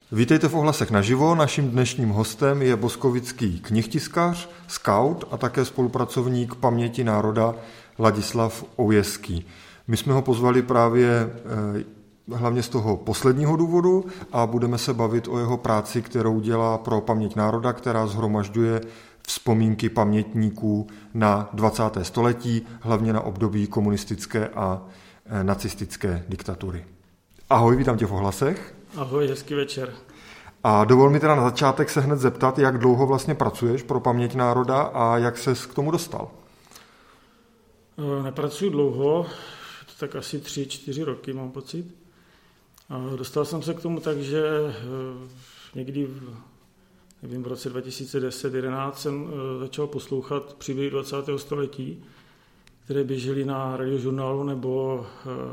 Vítejte v Ohlasech naživo. Naším dnešním hostem je boskovický knihtiskař, skaut a také spolupracovník Paměti národa Ladislav Oujeský. My jsme ho pozvali právě hlavně z toho posledního důvodu a budeme se bavit o jeho práci, kterou dělá pro Paměť národa, která shromažďuje vzpomínky pamětníků na 20. století, hlavně na období komunistické a nacistické diktatury. Ahoj, vítám tě v Ohlasech. Ahoj, hezký večer. A dovol mi teda na začátek se hned zeptat, jak dlouho vlastně pracuješ pro Paměť národa a jak ses k tomu dostal? Nepracuji dlouho, tak asi 3-4 roky mám pocit. Dostal jsem se k tomu tak, že někdy v roce 2010-2011 jsem začal poslouchat příběhy 20. století, které běžely na radiožurnálu nebo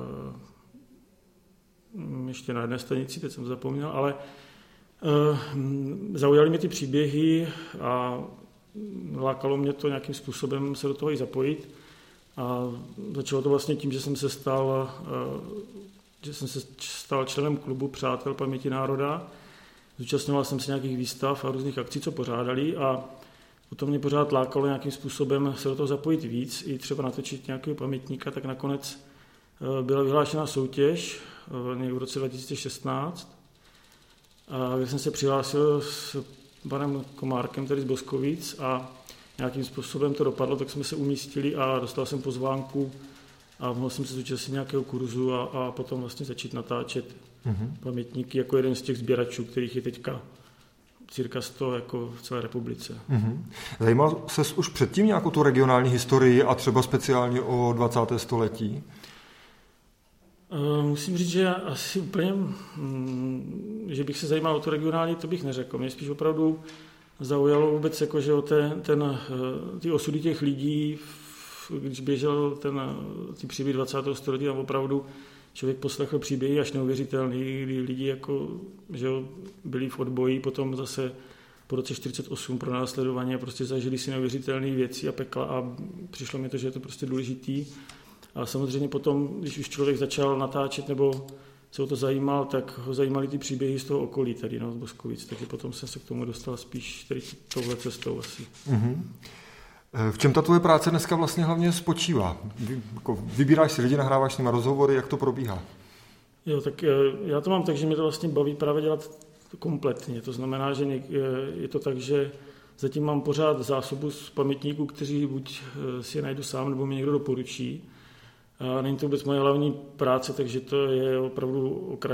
ještě na jedné stanici, teď jsem zapomněl, ale zaujaly mě ty příběhy a lákalo mě to nějakým způsobem se do toho i zapojit. A začalo to vlastně tím, že jsem se stal členem klubu Přátel Paměti národa. Zúčastňoval jsem se nějakých výstav a různých akcí, co pořádali, a potom mě pořád lákalo nějakým způsobem se do toho zapojit víc, i třeba natočit nějakého pamětníka, tak nakonec byla vyhlášena soutěž někdy v roce 2016, kde jsem se přihlásil s panem Komárkem, tady z Boskovic, a nějakým způsobem to dopadlo, tak jsme se umístili a dostal jsem pozvánku a mohl jsem se zúčastnit nějakého kurzu a potom vlastně začít natáčet pamětníky jako jeden z těch sběračů, kterých je teďka cirka 100 jako v celé republice. Zajímal ses už předtím nějakou tu regionální historii a třeba speciálně o 20. století? Musím říct, že asi úplně, že bych se zajímal o to regionální, to bych neřekl. Mě spíš opravdu zaujalo vůbec, jako, že o ty osudy těch lidí, když běžel ty příběhy 20. století, tam opravdu člověk poslechl příběhy až neuvěřitelný, kdy lidi jako, že byli v odboji, potom zase po roce 1948 pro následování a prostě zažili si neuvěřitelné věci a pekla a přišlo mi to, že je to prostě důležitý. A samozřejmě potom, když už člověk začal natáčet nebo se o to zajímal, tak ho zajímaly ty příběhy z toho okolí tady, z Boskovic, takže potom jsem se k tomu dostal spíš tady touhle cestou asi. V čem ta tvoje práce dneska vlastně hlavně spočívá? Vybíráš si lidi, nahráváš s nimi rozhovory, jak to probíhá? Jo, tak já to mám tak, že mě to vlastně baví právě dělat kompletně. To znamená, že je to tak, že zatím mám pořád zásobu z pamětníků, kteří buď si je najdu sám, nebo mi někdo doporučí. A není to vůbec moje hlavní práce, takže to je opravdu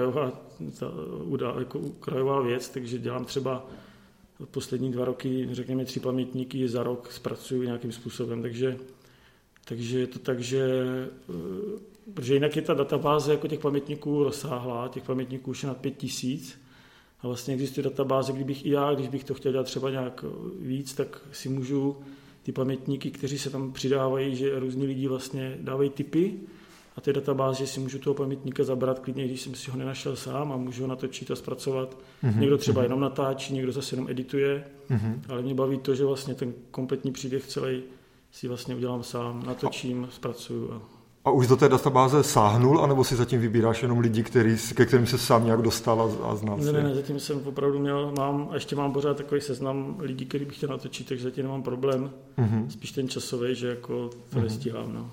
okrajová věc, takže dělám třeba poslední 2 roky, řekněme 3 pamětníky za rok zpracuju nějakým způsobem, takže je to tak, že protože jinak je ta databáze jako těch pamětníků rozsáhlá, těch pamětníků už je nad 5000 a vlastně existuje databáze, když bych to chtěl dělat třeba nějak víc, tak si můžu ty pamětníky, kteří se tam přidávají, že různí lidi vlastně dávají tipy a té databáze si můžu toho pamětníka zabrat klidně, když jsem si ho nenašel sám a můžu ho natočit a zpracovat. Někdo třeba jenom natáčí, někdo zase jenom edituje, ale mě baví to, že vlastně ten kompletní příběh celý si vlastně udělám sám, natočím, zpracuju. A už do té databáze sáhnul, anebo si zatím vybíráš jenom lidi, ke kterým se sám nějak dostal a znal si? Ne, zatím jsem opravdu ještě mám pořád takový seznam lidí, který bych chtěl natočit, takže zatím nemám problém. Spíš ten časový, že jako to nestíhám.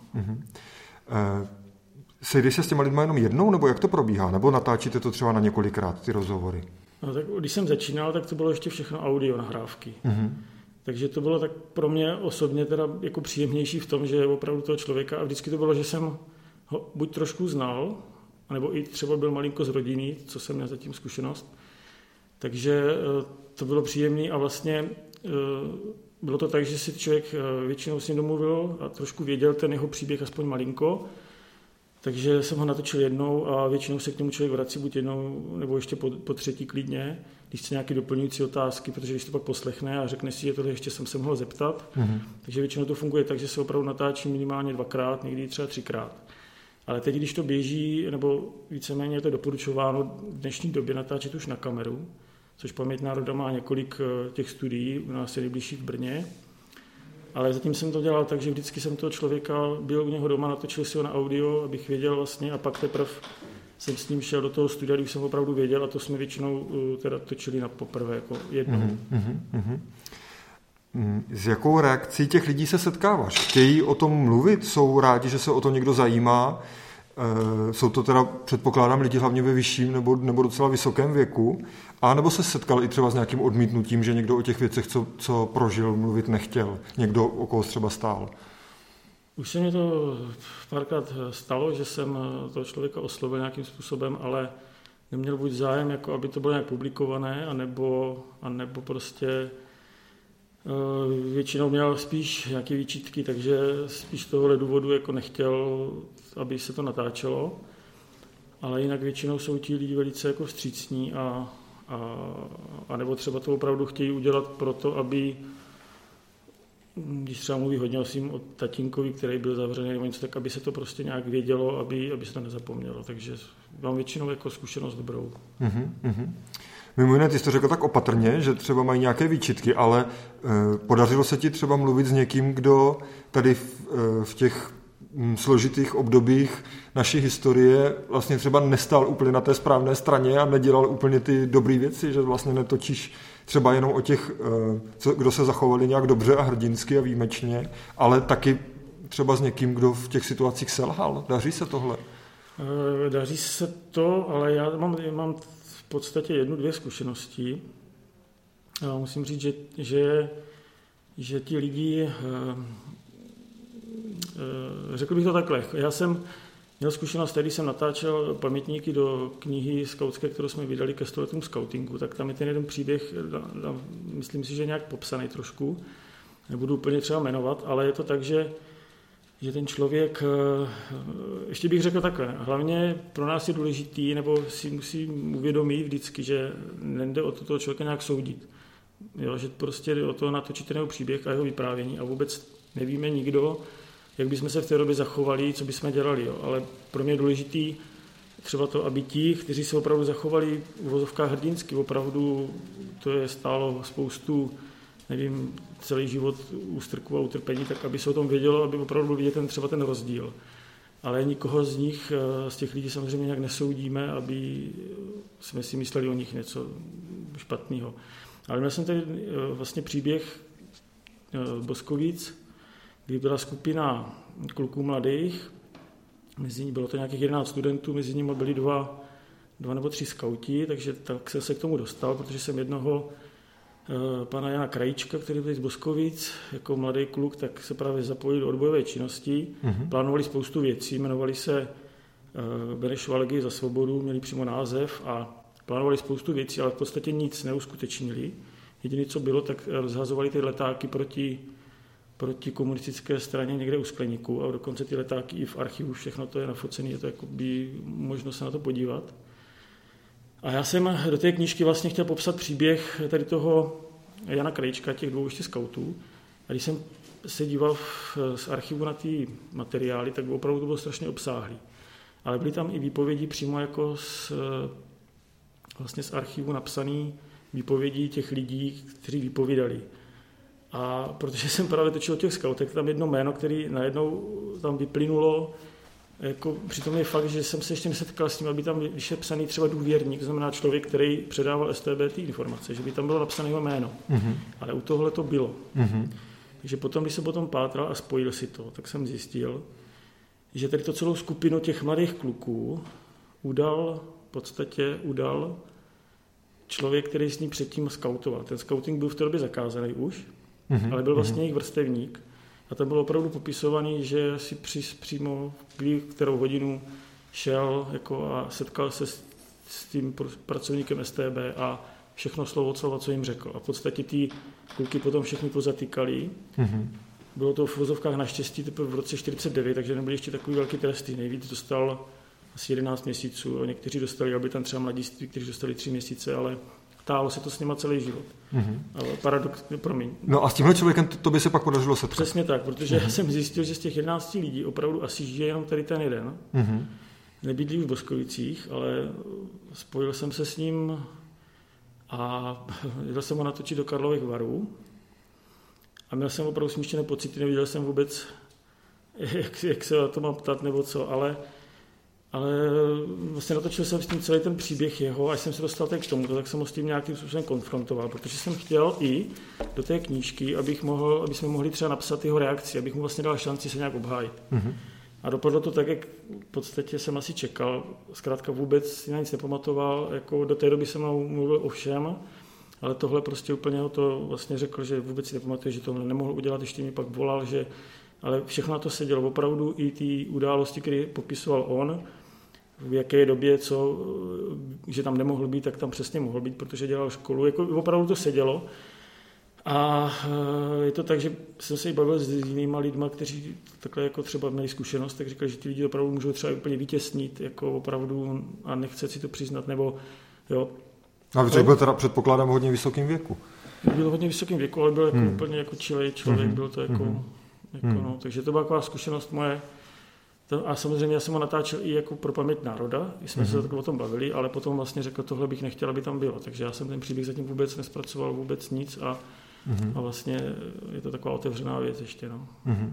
Sejdeš se s těma lidma jenom jednou, nebo jak to probíhá? Nebo natáčíte to třeba na několikrát, ty rozhovory? No, tak když jsem začínal, tak to bylo ještě všechno audio nahrávky. Takže to bylo tak pro mě osobně teda jako příjemnější v tom, že opravdu toho člověka, a vždycky to bylo, že jsem ho buď trošku znal, nebo i třeba byl malinko z rodiny, co jsem měl zatím zkušenost. Takže to bylo příjemné a vlastně bylo to tak, že si člověk většinou s ním domluvil a trošku věděl ten jeho příběh aspoň malinko. Takže jsem ho natočil jednou a většinou se k němu člověk vrací buď jednou nebo ještě po třetí klidně, když chce nějaké doplňující otázky, protože když to pak poslechne a řekne si, že tohle ještě jsem se mohl zeptat. Takže většinou to funguje tak, že se opravdu natáčí minimálně 2krát, někdy třeba 3krát. Ale teď, když to běží, nebo víceméně je to doporučováno v dnešní době natáčet už na kameru, což Paměť národa má několik těch studií, u nás je nejbližší v Brně. Ale zatím jsem to dělal tak, že vždycky jsem toho člověka byl u něho doma, natočil si ho na audio, abych věděl vlastně, a pak teprve Mm-hmm. jsem s ním šel do toho studia, když jsem opravdu věděl, a to jsme většinou teda točili na poprvé, jako jednou. Mm-hmm. S jakou reakcí těch lidí se setkáváš? Chtějí o tom mluvit? Jsou rádi, že se o to někdo zajímá? Jsou to teda, předpokládám, lidi hlavně ve vyšším nebo docela vysokém věku? A nebo se setkal i třeba s nějakým odmítnutím, že někdo o těch věcech, co prožil, mluvit nechtěl? Někdo, o koho třeba stál? Už se mi to párkrát stalo, že jsem toho člověka oslovil nějakým způsobem, ale neměl buď zájem, jako aby to bylo nějak publikované, anebo prostě většinou měl spíš nějaké výčitky, takže spíš z tohohle důvodu jako nechtěl, aby se to natáčelo. Ale jinak většinou jsou ti lidi velice jako vstřícní a nebo třeba to opravdu chtějí udělat proto, aby, když třeba mluví hodně o svým tatínkovi, který byl zavřený nebo něco, tak aby se to prostě nějak vědělo, aby se to nezapomnělo. Takže mám většinou jako zkušenost dobrou. Mm-hmm. Mimo jiné, ty jsi to řekl tak opatrně, že třeba mají nějaké výčitky, ale podařilo se ti třeba mluvit s někým, kdo tady v těch složitých obdobích naší historie vlastně třeba nestál úplně na té správné straně a nedělal úplně ty dobré věci, že vlastně netočíš třeba jenom o těch, kdo se zachovali nějak dobře a hrdinsky a výjimečně, ale taky třeba s někým, kdo v těch situacích selhal. Daří se tohle? Daří se to, ale já mám v podstatě 1-2 zkušenosti. Já musím říct, že ti lidi, řekl bych to takhle, já jsem měl zkušenost, když jsem natáčel pamětníky do knihy skautské, kterou jsme vydali ke 100 letům skautingu, tak tam je ten jeden příběh, myslím si, že nějak popsaný trošku, nebudu úplně třeba jmenovat, ale je to tak, že ten člověk, ještě bych řekl takhle, hlavně pro nás je důležitý, nebo si musí uvědomit vždycky, že nejde o toho člověka nějak soudit. Jo, že prostě jde o to natočit ten jeho příběh a jeho vyprávění a vůbec nevíme nikdo, jak bychom se v té době zachovali, co bychom dělali. Jo. Ale pro mě je důležitý třeba to, aby ti, kteří se opravdu zachovali v uvozovkách hrdinsky, opravdu to je stálo spoustu, nevím, celý život ústrku a utrpení, tak aby se o tom vědělo, aby opravdu byl vidět třeba ten rozdíl. Ale nikoho z nich, z těch lidí samozřejmě nějak nesoudíme, aby jsme si mysleli o nich něco špatného. Ale měl jsem tady vlastně příběh Boskovic, kdy byla skupina kluků mladých, mezi ní bylo to nějakých 11 studentů, mezi nimi byli dva nebo 3 skauti, takže tak jsem se k tomu dostal, protože jsem jednoho pana Jana Krajíčka, který byl z Boskovic, jako mladý kluk, tak se právě zapojil do odbojové činnosti, plánovali spoustu věcí, jmenovali se Benešova legie za svobodu, měli přímo název a plánovali spoustu věcí, ale v podstatě nic neuskutečnili. Jediné, co bylo, tak rozhazovali ty letáky proti komunistické straně někde u Skleníku a dokonce ty letáky i v archivu, všechno to je nafocené, je to jakoby možno se na to podívat. A já jsem do té knížky vlastně chtěl popsat příběh tady toho Jana Krajíčka, těch 2 ještě skautů. A když jsem se díval z archivu na ty materiály, tak opravdu to bylo strašně obsáhlý. Ale byly tam i výpovědi přímo jako vlastně z archivu napsané výpovědi těch lidí, kteří vypovídali. A protože jsem právě točil o těch skautech, tam jedno jméno, který najednou tam vyplynulo, jako přitom je fakt, že jsem se ještě nesetkal s tím, aby tam vyšel psaný třeba důvěrník, znamená člověk, který předával STB ty informace, že by tam bylo napsané jeho jméno. Mm-hmm. Ale u tohle to bylo. Mm-hmm. Takže potom, když jsem potom pátral a spojil si to, tak jsem zjistil, že tady to celou skupinu těch mladých kluků udal člověk, který s ním předtím skautoval. Ten skauting byl v té době zakázaný už, ale byl vlastně jejich vrstevník. A tam bylo opravdu popisovaný, že si přímo v kterou hodinu šel jako a setkal se s tím pracovníkem STB a všechno slovo, co jim řekl. A v podstatě ty kluky potom všechny pozatýkali. Bylo to v vozovkách naštěstí teprve v roce 1949, takže nebyly ještě takový velký tresty. Nejvíc dostal asi 11 měsíců. Někteří dostali, aby tam třeba mladiství, kteří dostali 3 měsíce, ale táhlo se to s nima celý život. Ale promiň. No a s tímhle člověkem to by se pak podařilo setkat. Přesně tak, protože já jsem zjistil, že z těch 11 lidí opravdu asi žije jenom tady ten jeden. Nebydlí v Boskovicích, ale spojil jsem se s ním a jel jsem ho natočit do Karlových Varů a měl jsem opravdu smíšené pocity, neviděl jsem vůbec, jak se to mám ptát nebo co, ale ale vlastně natočil jsem s tím celý ten příběh jeho, až jsem se dostal k tomu, tak jsem ho s tím nějakým způsobem konfrontoval, protože jsem chtěl i do té knížky, aby jsme mohli třeba napsat jeho reakci, abych mu vlastně dal šanci se nějak obhájit. Mm-hmm. A dopadlo to tak, jak v podstatě jsem asi čekal. Zkrátka vůbec si na nic nepamatoval, jako do té doby jsem mluvil o všem, ale tohle prostě úplně ho to vlastně řekl, že vůbec si nepamatuje, že tohle nemohl udělat, ještě mi pak volal, že ale všechno na to se dělo. Opravdu i ty události, které popisoval on, v jaké době, že tam nemohl být, tak tam přesně mohl být, protože dělal školu. Jako opravdu to se dělo. A je to tak, že jsem se i bavil s jinýma lidma, kteří takhle jako třeba měli zkušenost, tak říkali, že ty lidi opravdu můžou třeba úplně vytěsnit, jako opravdu a nechce si to přiznat, nebo jo. A vy byl teda, předpokládám, v hodně vysokém věku. Byl v hodně vysokém věku, ale byl jako úplně jako čilej člověk, byl to jako no, takže to byla taková zkušenost moje. A samozřejmě já jsem ho natáčel i jako pro paměť národa, jsme se o tom bavili, ale potom vlastně řekl, tohle bych nechtěl, aby tam bylo. Takže já jsem ten příběh zatím vůbec nespracoval, vůbec nic a vlastně je to taková otevřená věc ještě. No.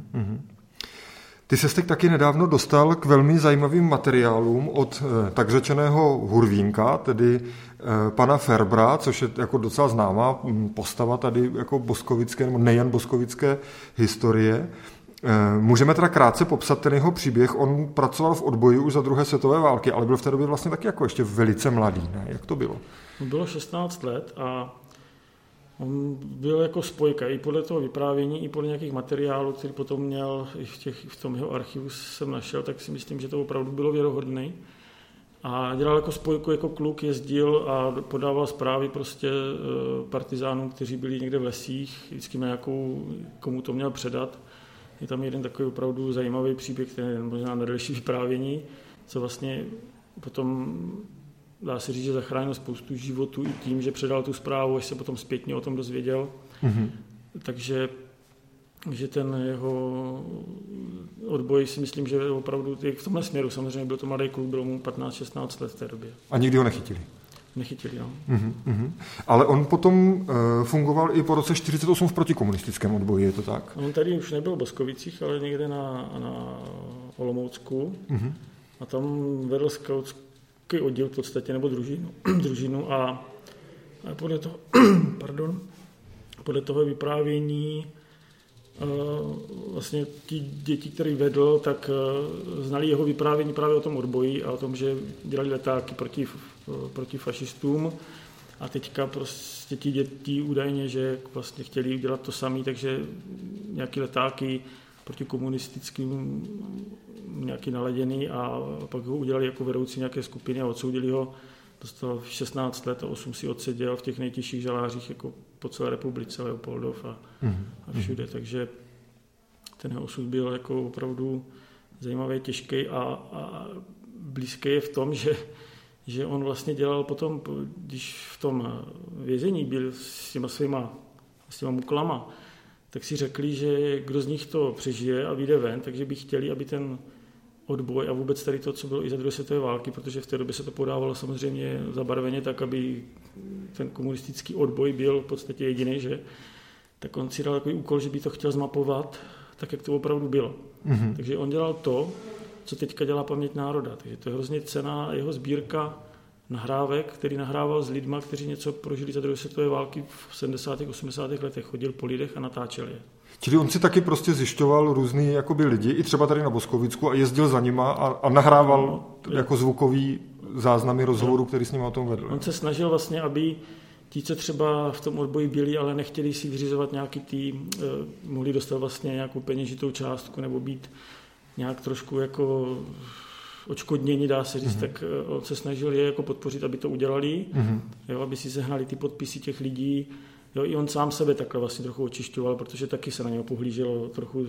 Ty se taky nedávno dostal k velmi zajímavým materiálům od tak řečeného Hurvínka, tedy pana Ferbra, což je jako docela známá postava tady jako boskovické, nebo nejen boskovické historie. Můžeme teda krátce popsat ten jeho příběh. On pracoval v odboji už za druhé světové války, ale byl v té době vlastně taky jako ještě velice mladý, ne? Jak to bylo? Bylo 16 let a on byl jako spojka i podle toho vyprávění, i podle nějakých materiálů, který potom měl v tom jeho archivu jsem našel, tak si myslím, že to opravdu bylo věrohodný. A dělal jako spojku, jako kluk, jezdil a podával zprávy prostě partizánům, kteří byli někde v lesích, vždycky nějakou, komu to měl předat. Je tam jeden takový opravdu zajímavý příběh, který je možná na delší vyprávění, co vlastně potom dá se říct, že zachránil spoustu životů i tím, že předal tu zprávu, až se potom zpětně o tom dozvěděl. Takže ten jeho odboj si myslím, že opravdu v tomhle směru, samozřejmě byl to mladý kluk, bylo mu 15-16 let v té době. A nikdy ho nechytili? Nechytili, no. Ale on potom fungoval i po roce 1948 v protikomunistickém odboji, je to tak? On tady už nebyl v Boskovicích, ale někde na Olomoucku. A tam vedl skautský oddíl v podstatě, nebo družinu a podle toho vyprávění vlastně ti děti, který vedl, tak znali jeho vyprávění právě o tom odboji a o tom, že dělali letáky proti fašistům a teďka prostě ti děti údajně, že vlastně chtěli udělat to samé, takže nějaký letáky proti komunistickým nějaký naladěný a pak ho udělali jako vedoucí nějaké skupiny a odsoudili ho. Dostal 16 let a 8 si odseděl v těch nejtěžších žalářích jako po celé republice, Leopoldov a všude. Takže ten jeho osud byl jako opravdu zajímavý, těžký a blízký je v tom, že on vlastně dělal potom, když v tom vězení byl s těma muklama, tak si řekli, že kdo z nich to přežije a vyjde ven, takže by chtěli, aby ten odboj a vůbec tady to, co bylo i za druhé světové války, protože v té době se to podávalo samozřejmě zabarveně tak, aby ten komunistický odboj byl v podstatě jediný, že? Tak on si dal takový úkol, že by to chtěl zmapovat tak, jak to opravdu bylo. Takže on dělal to, co teďka dělá paměť národa. Takže to je hrozně cenná jeho sbírka nahrávek, který nahrával s lidma, kteří něco prožili za druhé světové války v 70. 80. letech, chodil po lidech a natáčel je. Čili on si taky prostě zjišťoval různý jakoby lidi, i třeba tady na Boskovicku a jezdil za nima a nahrával jako zvukový záznamy rozhovoru, který s ním o tom vedl. On se snažil vlastně, aby ti, co třeba v tom odboji byli, ale nechtěli si vyřizovat nějaký mohli dostat vlastně nějakou peněžitou částku nebo být nějak trošku jako odškodnění, dá se říct, tak on se snažil je jako podpořit, aby to udělali, jo, aby si sehnali ty podpisy těch lidí. Jo, i on sám sebe takhle vlastně trochu očišťoval, protože taky se na něho pohlíželo trochu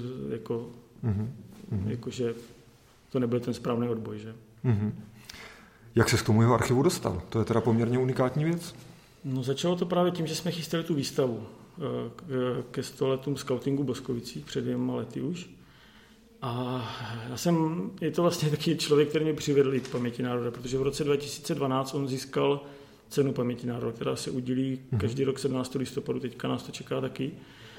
jako že to nebyl ten správný odboj, že? Jak se k tomu jeho archivu dostal? To je teda poměrně unikátní věc? No, začalo to právě tím, že jsme chystali tu výstavu ke 100 letům skautingu Boskovicích před 2 lety už. A je to vlastně taky člověk, který mě přivedl k paměti národa, protože v roce 2012 on získal cenu paměti národa, která se udělí každý rok 17. listopadu, teďka nás to čeká taky.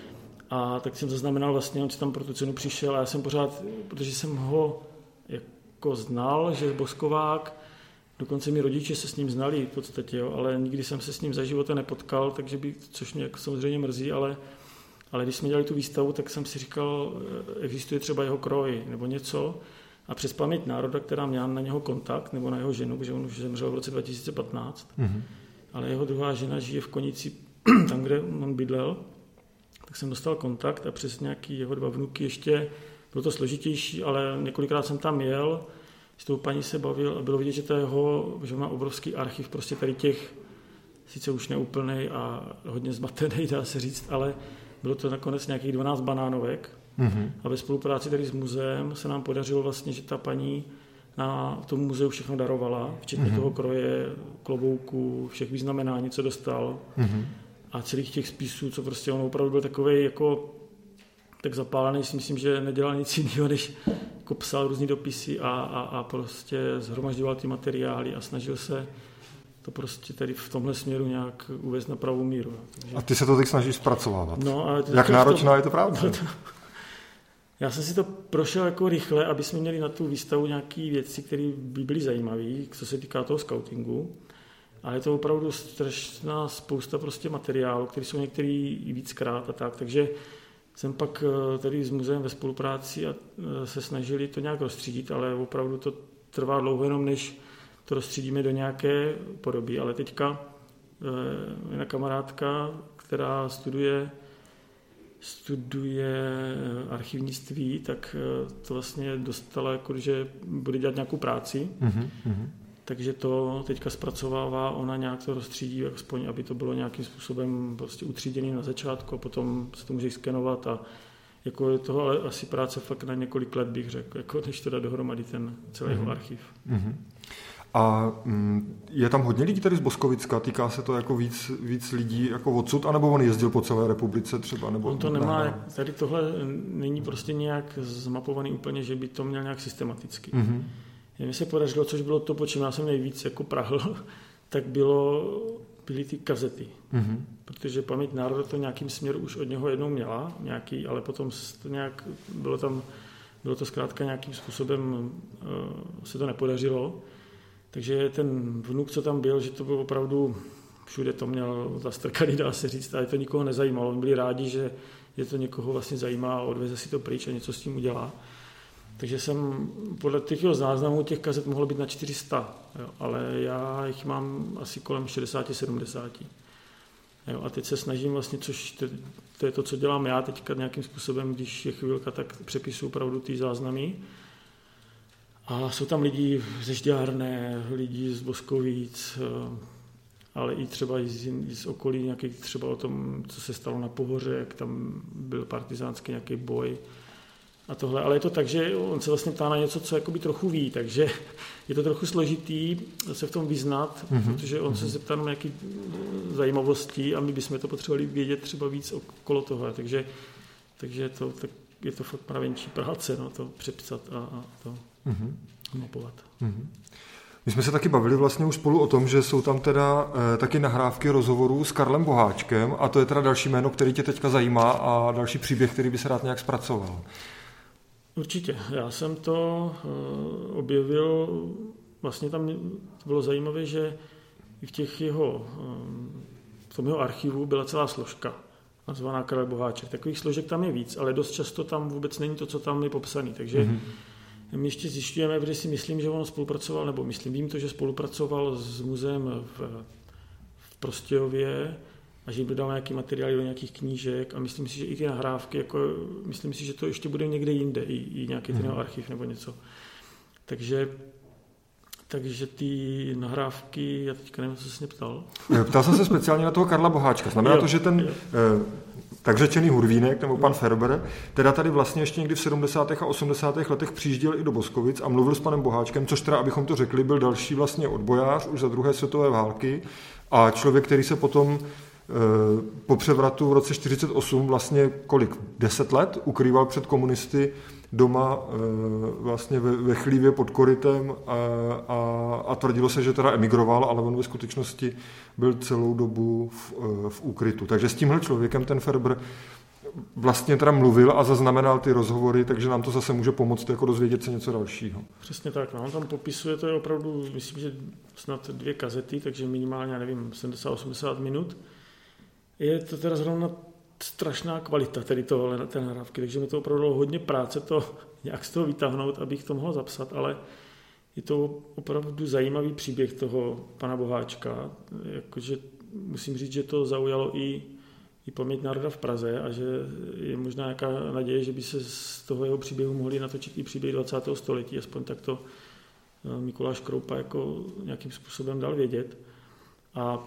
A tak jsem zaznamenal vlastně, on si tam pro tu cenu přišel a já jsem pořád, protože jsem ho jako znal, že Boskovák, dokonce mi rodiče se s ním znali v podstatě, jo, ale nikdy jsem se s ním za života nepotkal, což mě jako samozřejmě mrzí, ale když jsme dělali tu výstavu, tak jsem si říkal, existuje třeba jeho kroj nebo něco. A přes Paměť národa, která měla na něho kontakt, nebo na jeho ženu, protože on už zemřel v roce 2015, ale jeho druhá žena žije v Konici, tam, kde on bydlel, tak jsem dostal kontakt a přes nějaký jeho 2 vnuky ještě, bylo to složitější, ale několikrát jsem tam jel, s tou paní se bavil a bylo vidět, že má obrovský archiv prostě tady těch, sice už neúplnej a hodně zmatený, dá se říct, ale bylo to nakonec nějakých 12 banánovek. A ve spolupráci tady s muzeem se nám podařilo vlastně, že ta paní na tom muzeu všechno darovala, včetně toho kroje, klobouku, všech vyznamenání, co dostal a celých těch spisů, co prostě on opravdu byl takovej jako tak zapálený, si myslím, že nedělal nic jiného, než jako psal různý dopisy a prostě zhromažďoval ty materiály a snažil se to prostě tady v tomhle směru nějak uvést na pravou míru. Takže... A ty se to teď snažíš zpracovávat. No, ale jak náročná je to práce? Já jsem si to prošel jako rychle, aby jsme měli na tu výstavu nějaké věci, které by byly zajímavé, co se týká toho skautingu. Ale je to opravdu strašná spousta prostě materiálů, které jsou některý i víckrát a tak. Takže jsem pak tady s muzeem ve spolupráci a se snažili to nějak rozstřídit, ale opravdu to trvá dlouho, jenom než to rozstřídíme do nějaké podoby. Ale teďka jedna kamarádka, která studuje archivnictví, tak to vlastně dostala, jako, že bude dělat nějakou práci. Takže to teďka zpracovává, ona nějak to rozstřídí, aspoň, aby to bylo nějakým způsobem prostě utříděný na začátku a potom se to může skenovat a jako je toho ale asi práce fakt na několik let, bych řekl, jako než to dá dohromady ten celý jeho archiv. A je tam hodně lidí tady z Boskovicka? Týká se to jako víc lidí jako odsud, anebo on jezdil po celé republice třeba? Nebo on to nemá, tady tohle není prostě nějak zmapovaný úplně, že by to měl nějak systematicky. Mně se podařilo, což bylo to, po čem já jsem nejvíc jako prahl, tak byly ty kazety. Protože Paměť národa to nějakým směru už od něho jednou měla, ale potom to nějak bylo to zkrátka nějakým způsobem se to nepodařilo. Takže ten vnuk, co tam byl, že to byl opravdu, všude to měl zastrkaný, dá se říct, ale to nikoho nezajímalo. Oni byli rádi, že to někoho vlastně zajímá a odveze si to pryč a něco s tím udělá. Takže jsem podle těch záznamů těch kazet mohlo být na 400, jo, ale já jich mám asi kolem 60-70. Jo, a teď se snažím vlastně, což to je to, co dělám já teďka nějakým způsobem, když je chvilka, tak přepisuju opravdu ty záznamy. A jsou tam lidi ze Žďárné, lidi z Boskovic, ale i třeba z okolí nějakých třeba o tom, co se stalo na Pohoře, jak tam byl partizánský nějaký boj a tohle. Ale je to tak, že on se vlastně ptá na něco, co jakoby trochu ví, takže je to trochu složitý se v tom vyznat, protože on se zeptá na nějaké zajímavosti a my bychom to potřebovali vědět třeba víc okolo toho. Takže je to fakt mravenčí práce, no, to přepsat a to mapovat. My jsme se taky bavili vlastně už spolu o tom, že jsou tam teda taky nahrávky rozhovorů s Karlem Boháčkem a to je teda další jméno, který tě teďka zajímá a další příběh, který by se rád nějak zpracoval. Určitě. Já jsem to objevil, vlastně tam bylo zajímavé, že v tom jeho archivu byla celá složka nazvaná Karel Boháček. Takových složek tam je víc, ale dost často tam vůbec není to, co tam je popsané. Takže my ještě zjišťujeme, protože si myslím, že on spolupracoval, nebo vím to, že spolupracoval s muzeem v Prostějově a že jim dodal nějaký materiály do nějakých knížek a myslím si, že i ty nahrávky, myslím si, že to ještě bude někde jinde, i nějaký ten archiv nebo něco. Takže ty nahrávky, já teďka nevím, co jsi mě ptal. Ptal jsem se speciálně na toho Karla Boháčka. Znamená to, že ten tak řečený Hurvínek, nebo pan Ferber, teda tady vlastně ještě někdy v 70. a 80. letech přijížděl i do Boskovic a mluvil s panem Boháčkem, což teda, abychom to řekli, byl další vlastně odbojář už za druhé světové války a člověk, který se potom po převratu v roce 1948 vlastně 10 let ukrýval před komunisty doma vlastně ve chlívě pod korytem a tvrdilo se, že teda emigroval, ale on ve skutečnosti byl celou dobu v úkrytu. Takže s tímhle člověkem ten Ferber vlastně teda mluvil a zaznamenal ty rozhovory, takže nám to zase může pomoct jako dozvědět se něco dalšího. Přesně tak, no. On tam popisuje, to je opravdu, myslím, že snad 2 kazety, takže minimálně, nevím, 70-80 minut. Je to teda zrovna strašná kvalita tedy té nahrávky, takže mi to opravdu hodně práce to nějak z toho vytáhnout, abych to mohl zapsat, ale je to opravdu zajímavý příběh toho pana Boháčka, jakože musím říct, že to zaujalo i paměť národa v Praze a že je možná nějaká naděje, že by se z toho jeho příběhu mohli natočit i příběh 20. století, aspoň tak to Mikuláš Kroupa jako nějakým způsobem dal vědět. A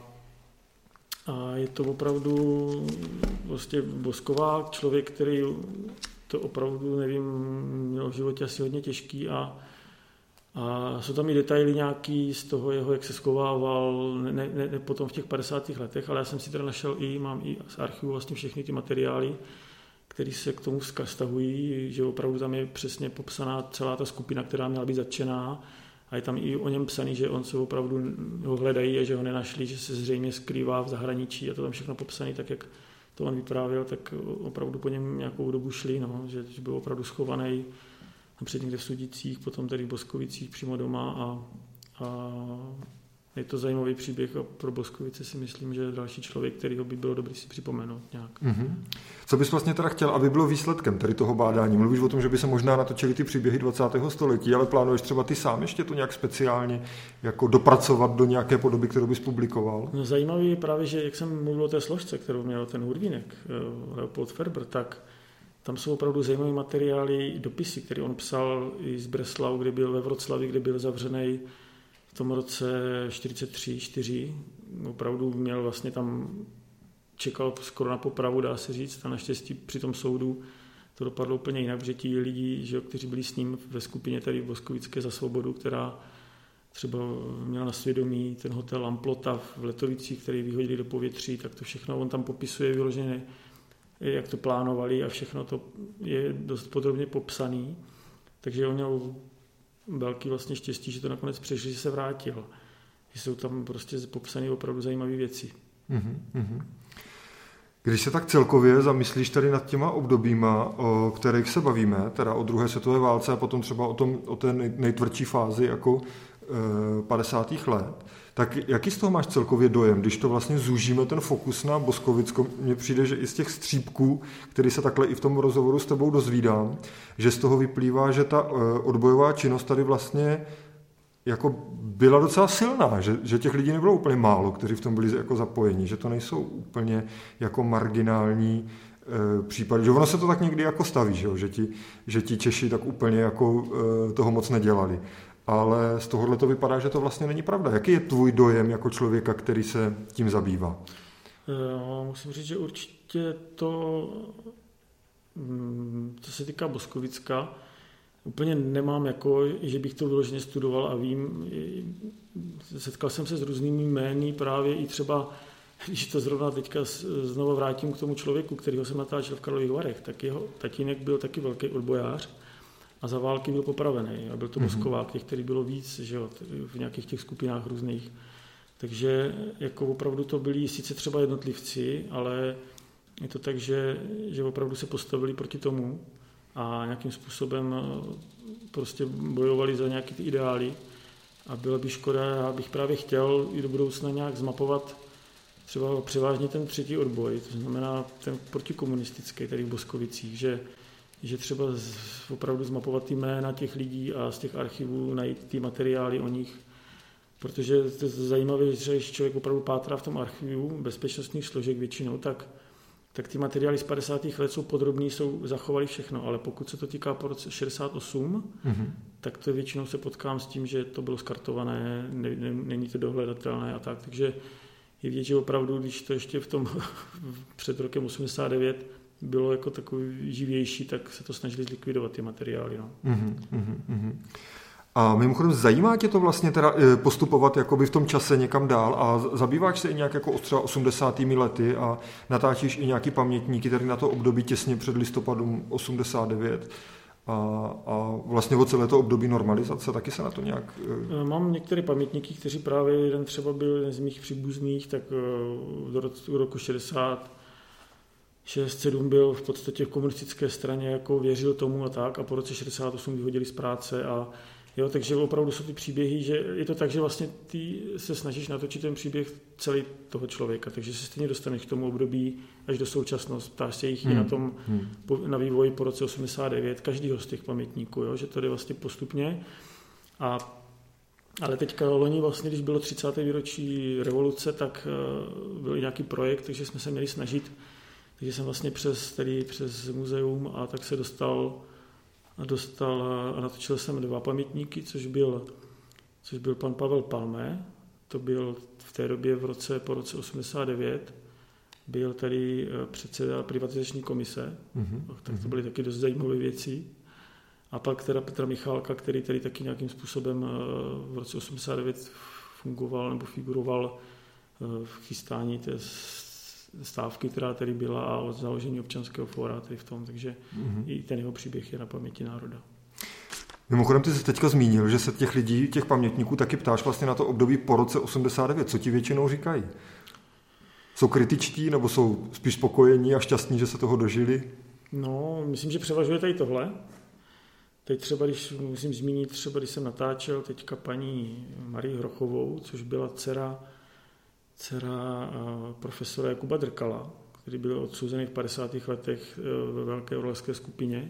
je to opravdu vlastně Boskovák, člověk, který to opravdu, nevím, měl v životě asi hodně těžký a jsou tam i detaily nějaký z toho jeho, jak se schovával, ne potom v těch 50. letech, ale já jsem si teda našel mám i z archivu vlastně všechny ty materiály, které se k tomu vztahují, že opravdu tam je přesně popsaná celá ta skupina, která měla být zatčená a je tam i o něm psaný, že on se opravdu ho hledají a že ho nenašli, že se zřejmě skrývá v zahraničí a to tam všechno popsané, tak jak to on vyprávěl, tak opravdu po něm nějakou dobu šli, no, že byl opravdu schovaný napřed někde v Sudicích, potom tady v Boskovicích přímo doma a je to zajímavý příběh a pro Boskovice si myslím, že je další člověk, kterýho by bylo dobré si připomenout nějak. Mm-hmm. Co bys vlastně teda chtěl, aby bylo výsledkem tady toho bádání? Mluvíš o tom, že by se možná natočily ty příběhy 20. století, ale plánuješ třeba ty sám ještě to nějak speciálně jako dopracovat do nějaké podoby, kterou bys publikoval? No, zajímavý je právě, že jak jsem mluvil o té složce, kterou měl ten hudvínek, Leopold Ferber, tak tam jsou opravdu zajímavé materiály, dopisy, které on psal i z Breslau, kde byl ve Vroclavi, kde byl zavřený v tom roce 43-4. Opravdu měl vlastně tam, čekal skoro na popravu, dá se říct, a naštěstí při tom soudu to dopadlo úplně jinak, protože ti lidi, že, kteří byli s ním ve skupině tady v Boskovické za svobodu, která třeba měla na svědomí ten hotel Amplota v Letovicích, který vyhodili do povětří, tak to všechno on tam popisuje vyloženě, jak to plánovali a všechno to je dost podrobně popsaný. Takže on měl velký vlastně štěstí, že to nakonec přežil, že se vrátil. Že jsou tam prostě popsané opravdu zajímavé věci. Mm-hmm. Když se tak celkově zamyslíš tady nad těma obdobíma, o kterých se bavíme, teda o druhé světové válce a potom třeba o té nejtvrdší fázi jako 50. let, tak jaký z toho máš celkově dojem, když to vlastně zúžíme ten fokus na Boskovicko? Mně přijde, že i z těch střípků, který se takhle i v tom rozhovoru s tebou dozvídám, že z toho vyplývá, že ta odbojová činnost tady vlastně jako byla docela silná, že těch lidí nebylo úplně málo, kteří v tom byli jako zapojeni, že to nejsou úplně jako marginální případy, že ono se to tak někdy jako staví, že ti Češi tak úplně jako toho moc nedělali. Ale z tohohle to vypadá, že to vlastně není pravda. Jaký je tvůj dojem jako člověka, který se tím zabývá? Musím říct, že určitě to, co se týká Boskovicka, úplně nemám jako, že bych to vyloženě studoval a vím, setkal jsem se s různými jmény právě i třeba, když to zrovna teďka znovu vrátím k tomu člověku, kterýho jsem natáčel v Karlových Varech, tak jeho tatínek byl taky velký odbojář a za války byl popravený a byl to Boskovák, těch, který bylo víc, že jo, v nějakých těch skupinách různých. Takže jako opravdu to byli sice třeba jednotlivci, ale je to tak, že opravdu se postavili proti tomu a nějakým způsobem prostě bojovali za nějaké ty ideály a bylo by škoda, já bych právě chtěl i do budoucna nějak zmapovat třeba převážně ten třetí odboj, to znamená ten protikomunistický tady v Boskovicích, že třeba opravdu zmapovat ty jména těch lidí a z těch archivů najít ty materiály o nich, protože to je zajímavé, že když člověk opravdu pátrá v tom archivu bezpečnostních složek většinou, tak ty materiály z 50. let jsou podrobný, zachovali všechno, ale pokud se to týká po roce 68, tak to většinou se potkám s tím, že to bylo skartované, není to dohledatelné a tak, takže je vidět, že opravdu, když to ještě v tom před rokem 89 bylo jako takový živější, tak se to snažili zlikvidovat ty materiály. No. A mimochodem zajímá tě to vlastně teda postupovat jakoby v tom čase někam dál a zabýváš se i nějak jako třeba 80. lety a natáčíš i nějaký pamětníky tady na to období těsně před listopadem 89 a vlastně o celé to období normalizace, taky se na to nějak... Mám některé pamětníky, kteří právě jeden třeba byl jeden z mých příbuzných, tak do roku 60 6-7 byl v podstatě v komunistické straně, jako věřil tomu a tak, a po roce 68 vyhodili z práce a jo, takže opravdu jsou ty příběhy, že je to tak, že vlastně ty se snažíš natočit ten příběh celý toho člověka, takže se stejně dostaneš k tomu období až do současnosti. Ptáš se jich i na tom, na vývoji po roce 89, každýho z těch pamětníků, jo, že to jde vlastně postupně. Ale teďka loni vlastně, když bylo 30. výročí revoluce, tak byl nějaký projekt, takže jsme se měli snažit. Takže jsem vlastně přes muzeum a tak se dostal a natočil jsem 2 pamětníky, což byl pan Pavel Palmé, to byl v té době po roce 89, byl tady předseda privatizační komise, tak to byly taky dost zajímavé věci. A pak teda Petra Michálka, který tady taky nějakým způsobem v roce 89 fungoval nebo figuroval v chystání té stávky, která tady byla a od založení občanského fóra tady v tom, takže i ten jeho příběh je na paměti národa. Mimochodem, ty jsi teďka zmínil, že se těch lidí, těch pamětníků taky ptáš vlastně na to období po roce 89. Co ti většinou říkají? Jsou kritičtí nebo jsou spíš spokojení a šťastní, že se toho dožili? No, myslím, že převažuje tady tohle. Teď třeba, když musím zmínit, když jsem natáčel teďka paní Marii Hrochovou, což byla dcera profesora Jakuba Drkala, který byl odsouzený v 50. letech ve velké orlovské skupině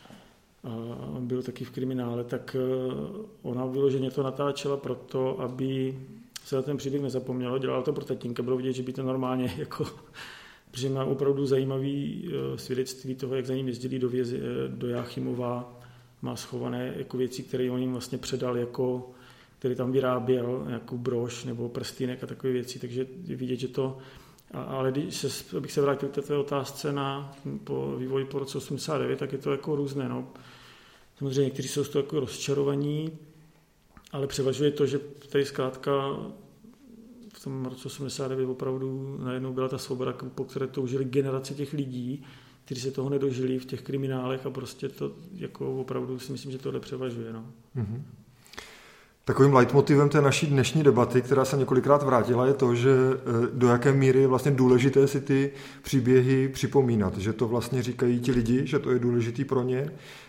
a byl taky v kriminále, tak ona vyloženě to natáčela proto, aby se na ten příběh nezapomnělo. Dělala to pro tatínka, bylo vidět, že by to normálně jako, protože má opravdu zajímavý svědectví toho, jak za ním jezdili do Jáchymova, má schované jako věci, které on jim vlastně předal, jako, který tam vyráběl, jako brož nebo prstýnek a takové věci, takže je vidět, že to... Ale abych se vrátil k té otázce po vývoji po roce 89, tak je to jako různé. No. Samozřejmě někteří jsou z toho jako rozčarovaní, ale převažuje to, že tady zkrátka v tom roce 89 opravdu najednou byla ta svoboda, po které toužili generace těch lidí, kteří se toho nedožili v těch kriminálech a prostě to jako opravdu si myslím, že tohle převažuje. No. Mm-hmm. Takovým leitmotivem té naší dnešní debaty, která se několikrát vrátila, je to, že do jaké míry je vlastně důležité si ty příběhy připomínat, že to vlastně říkají ti lidi, že to je důležitý pro ně.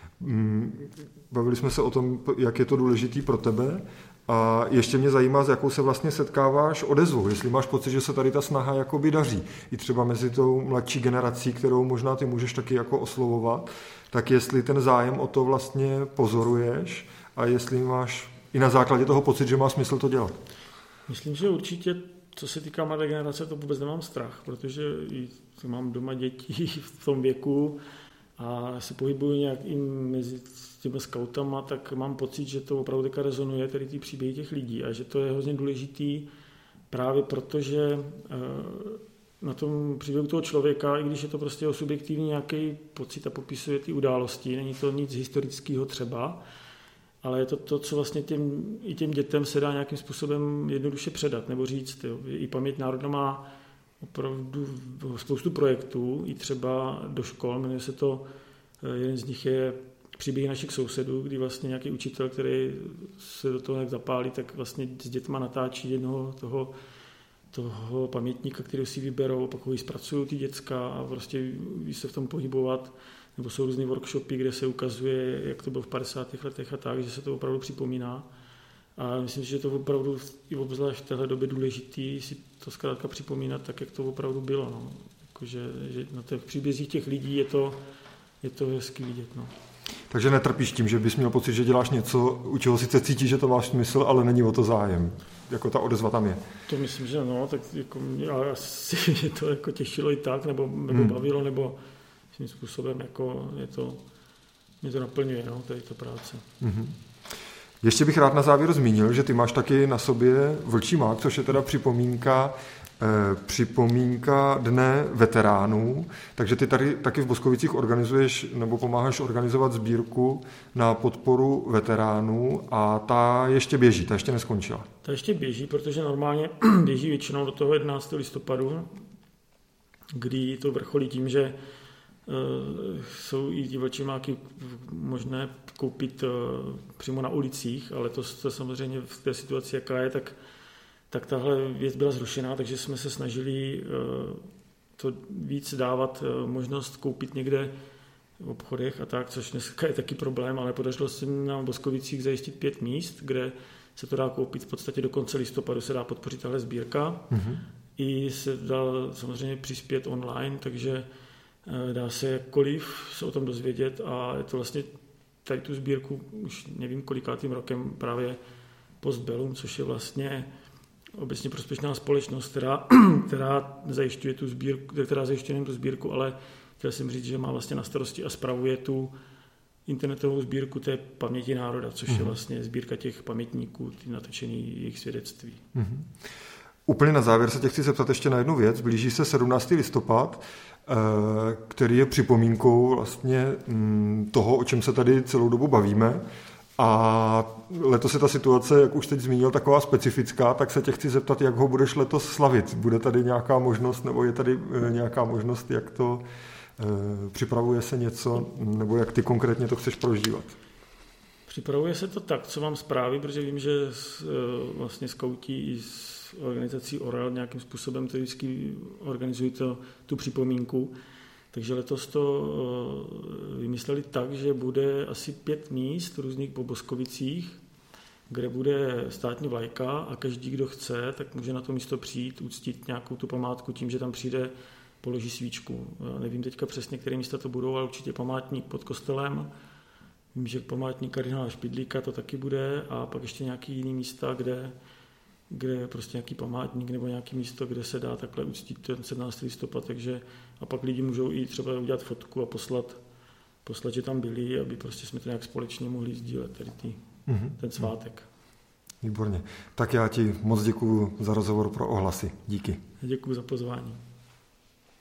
Bavili jsme se o tom, jak je to důležitý pro tebe a ještě mě zajímá, s jakou se vlastně setkáváš odezvou, jestli máš pocit, že se tady ta snaha jakoby daří. I třeba mezi tou mladší generací, kterou možná ty můžeš taky jako oslovovat, tak jestli ten zájem o to vlastně pozoruješ a jestli máš i na základě toho pocit, že má smysl to dělat. Myslím, že určitě, co se týká mladé generace, to vůbec nemám strach, protože mám doma děti v tom věku a se pohybuju nějak i mezi těmi skautama, tak mám pocit, že to opravdu teďka rezonuje, tady ty příběhy těch lidí a že to je hrozně důležitý právě protože na tom příběhu toho člověka, i když je to prostě jeho subjektivní nějaký pocit a popisuje ty události, není to nic historického třeba, ale je to, co vlastně těm dětem se dá nějakým způsobem jednoduše předat nebo říct. Jo. I Paměť národa má opravdu spoustu projektů, i třeba do škol, jmenuje se to, jeden z nich je Příběhy našich sousedů, kdy vlastně nějaký učitel, který se do toho nějak zapálí, tak vlastně s dětma natáčí jednoho toho pamětníka, kterého si vyberou, pak ho ji zpracují ty děcka a prostě ví se v tom pohybovat. Nebo jsou různé workshopy, kde se ukazuje, jak to bylo v 50. letech a tak, že se to opravdu připomíná. A myslím, že to opravdu i obzvlášť v téhle době důležitý si to zkrátka připomínat tak, jak to opravdu bylo. No. Že na těch příbězích těch lidí je to hezky vidět. No. Takže netrpíš tím, že bys měl pocit, že děláš něco, u čeho sice cítíš, že to máš smysl, ale není o to zájem. Jako ta odezva tam je. To myslím, že no, tak jako asi mě to jako těšilo i tak, nebo bavilo, nebo tím způsobem jako mě to naplňuje, no, tady ta práce. Mm-hmm. Ještě bych rád na závěr zmínil, že ty máš taky na sobě vlčí mák, což je teda připomínka Dne veteránů, takže ty tady taky v Boskovicích organizuješ nebo pomáháš organizovat sbírku na podporu veteránů a ta ještě běží, ta ještě neskončila. Ta ještě běží, protože normálně běží většinou do toho 11. listopadu, kdy to vrcholí tím, že jsou i ty vlčímáky možné koupit přímo na ulicích, ale to samozřejmě v té situaci, jaká je, tak tahle věc byla zrušená, takže jsme se snažili to víc dávat možnost koupit někde v obchodech a tak, což dneska je taky problém, ale podařilo se nám v Boskovicích zajistit 5 míst, kde se to dá koupit v podstatě do konce listopadu, se dá podpořit tahle sbírka. I se dá samozřejmě přispět online, takže dá se jakkoliv se o tom dozvědět a je to vlastně tady tu sbírku už nevím kolikátým rokem právě Postbellum, což je vlastně obecně prospěšná společnost, která zajišťuje tu sbírku, která zajišťuje nejen tu sbírku, ale chtěl jsem říct, že má vlastně na starosti a spravuje tu internetovou sbírku té paměti národa, což je vlastně sbírka těch pamětníků, ty natočený jejich svědectví. Úplně na závěr se tě chci zeptat ještě na jednu věc. Blíží se 17. listopad, který je připomínkou vlastně toho, o čem se tady celou dobu bavíme. A letos je ta situace, jak už teď zmínil, taková specifická, tak se tě chci zeptat, jak ho budeš letos slavit. Bude tady nějaká možnost, nebo je tady nějaká možnost, jak to připravuje se něco, nebo jak ty konkrétně to chceš prožívat? Připravuje se to tak, co mám zprávy, protože vím, že vlastně skautí i s organizací ORAL nějakým způsobem to vždycky organizují tu připomínku. Takže letos to vymysleli tak, že bude asi 5 míst různých po Boskovicích, kde bude státní vlajka a každý, kdo chce, tak může na to místo přijít, uctít nějakou tu památku tím, že tam přijde, položí svíčku. Já nevím teďka přesně, které místa to budou, ale určitě památník pod kostelem. Vím, že památník kardinála Špidlíka to taky bude a pak ještě nějaký jiný místa, kde je prostě nějaký památník nebo nějaké místo, kde se dá takhle uctít ten 17. listopad, takže a pak lidi můžou i třeba udělat fotku a poslat, že tam byli, aby prostě jsme to nějak společně mohli sdílet tady ten svátek. Výborně. Tak já ti moc děkuju za rozhovor pro Ohlasy. Díky. Děkuju za pozvání.